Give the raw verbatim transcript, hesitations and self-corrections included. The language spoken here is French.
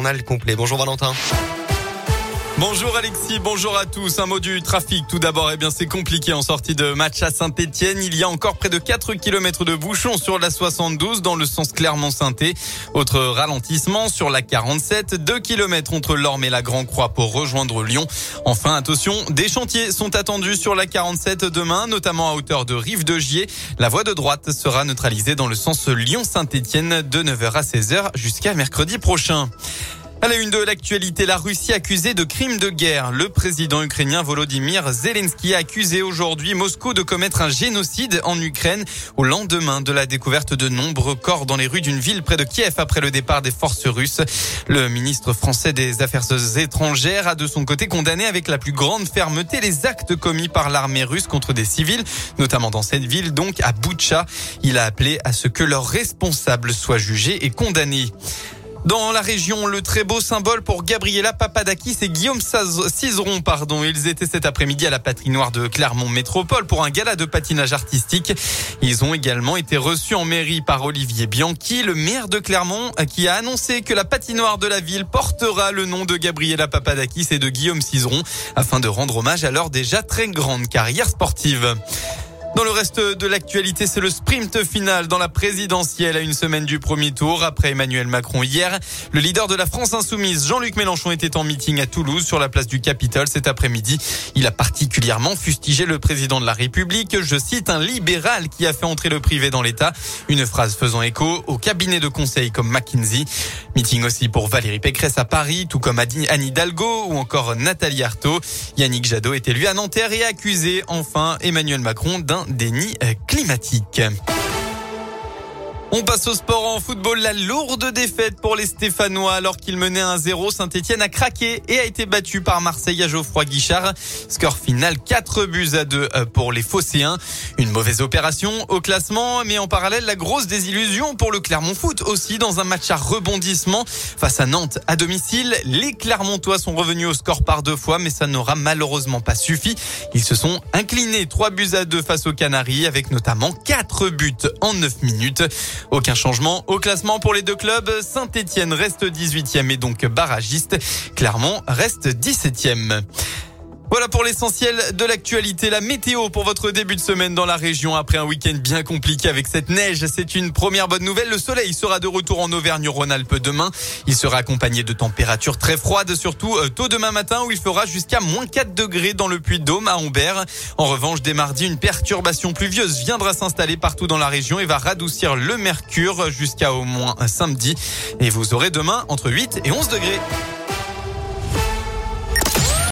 journal complet. Bonjour Valentin. Bonjour Alexis, bonjour à tous. Un mot du trafic tout d'abord. Eh bien, c'est compliqué en sortie de match à Saint-Etienne. Il y a encore près de quatre kilomètres de bouchons sur la soixante-douze dans le sens Clermont-Sainté. Autre ralentissement sur la quarante-sept. deux kilomètres entre l'Orme et la Grand-Croix pour rejoindre Lyon. Enfin, attention, des chantiers sont attendus sur la quarante-sept demain, notamment à hauteur de Rive-de-Gier. La voie de droite sera neutralisée dans le sens Lyon-Saint-Etienne de neuf heures à seize heures jusqu'à mercredi prochain. À la une de l'actualité, la Russie accusée de crimes de guerre. Le président ukrainien Volodymyr Zelensky a accusé aujourd'hui Moscou de commettre un génocide en Ukraine au lendemain de la découverte de nombreux corps dans les rues d'une ville près de Kiev après le départ des forces russes. Le ministre français des Affaires étrangères a de son côté condamné avec la plus grande fermeté les actes commis par l'armée russe contre des civils, notamment dans cette ville, donc à Boutcha. Il a appelé à ce que leurs responsables soient jugés et condamnés. Dans la région, le très beau symbole pour Gabriela Papadakis et Guillaume Cizeron, pardon. Ils étaient cet après-midi à la patinoire de Clermont Métropole pour un gala de patinage artistique. Ils ont également été reçus en mairie par Olivier Bianchi, le maire de Clermont, qui a annoncé que la patinoire de la ville portera le nom de Gabriela Papadakis et de Guillaume Cizeron afin de rendre hommage à leur déjà très grande carrière sportive. Dans le reste de l'actualité, c'est le sprint final dans la présidentielle à une semaine du premier tour. Après Emmanuel Macron hier, le leader de la France insoumise, Jean-Luc Mélenchon, était en meeting à Toulouse sur la place du Capitole cet après-midi. Il a particulièrement fustigé le président de la République. Je cite, un libéral qui a fait entrer le privé dans l'État. Une phrase faisant écho au cabinet de conseil comme McKinsey. Meeting aussi pour Valérie Pécresse à Paris, tout comme Anne Hidalgo ou encore Nathalie Arthaud. Yannick Jadot est élu à Nanterre et a accusé enfin Emmanuel Macron d'un déni climatique. On passe au sport en football. La lourde défaite pour les Stéphanois alors qu'ils menaient un zéro. Saint-Etienne a craqué et a été battu par Marseille à Geoffroy Guichard. Score final quatre buts à deux pour les Phocéens. Une mauvaise opération au classement, mais en parallèle la grosse désillusion pour le Clermont Foot aussi dans un match à rebondissement face à Nantes à domicile. Les Clermontois sont revenus au score par deux fois, mais ça n'aura malheureusement pas suffi. Ils se sont inclinés trois buts à deux face aux Canaries avec notamment quatre buts en neuf minutes. Aucun changement au classement pour les deux clubs. Saint-Etienne reste dix-huitième et donc barragiste. Clermont reste dix-septième. Voilà pour l'essentiel de l'actualité. La météo pour votre début de semaine dans la région après un week-end bien compliqué avec cette neige. C'est une première bonne nouvelle. Le soleil sera de retour en Auvergne-Rhône-Alpes demain. Il sera accompagné de températures très froides, surtout tôt demain matin où il fera jusqu'à moins quatre degrés dans le Puy-de-Dôme à Humbert. En revanche, dès mardi, une perturbation pluvieuse viendra s'installer partout dans la région et va radoucir le mercure jusqu'à au moins samedi. Et vous aurez demain entre huit et onze degrés.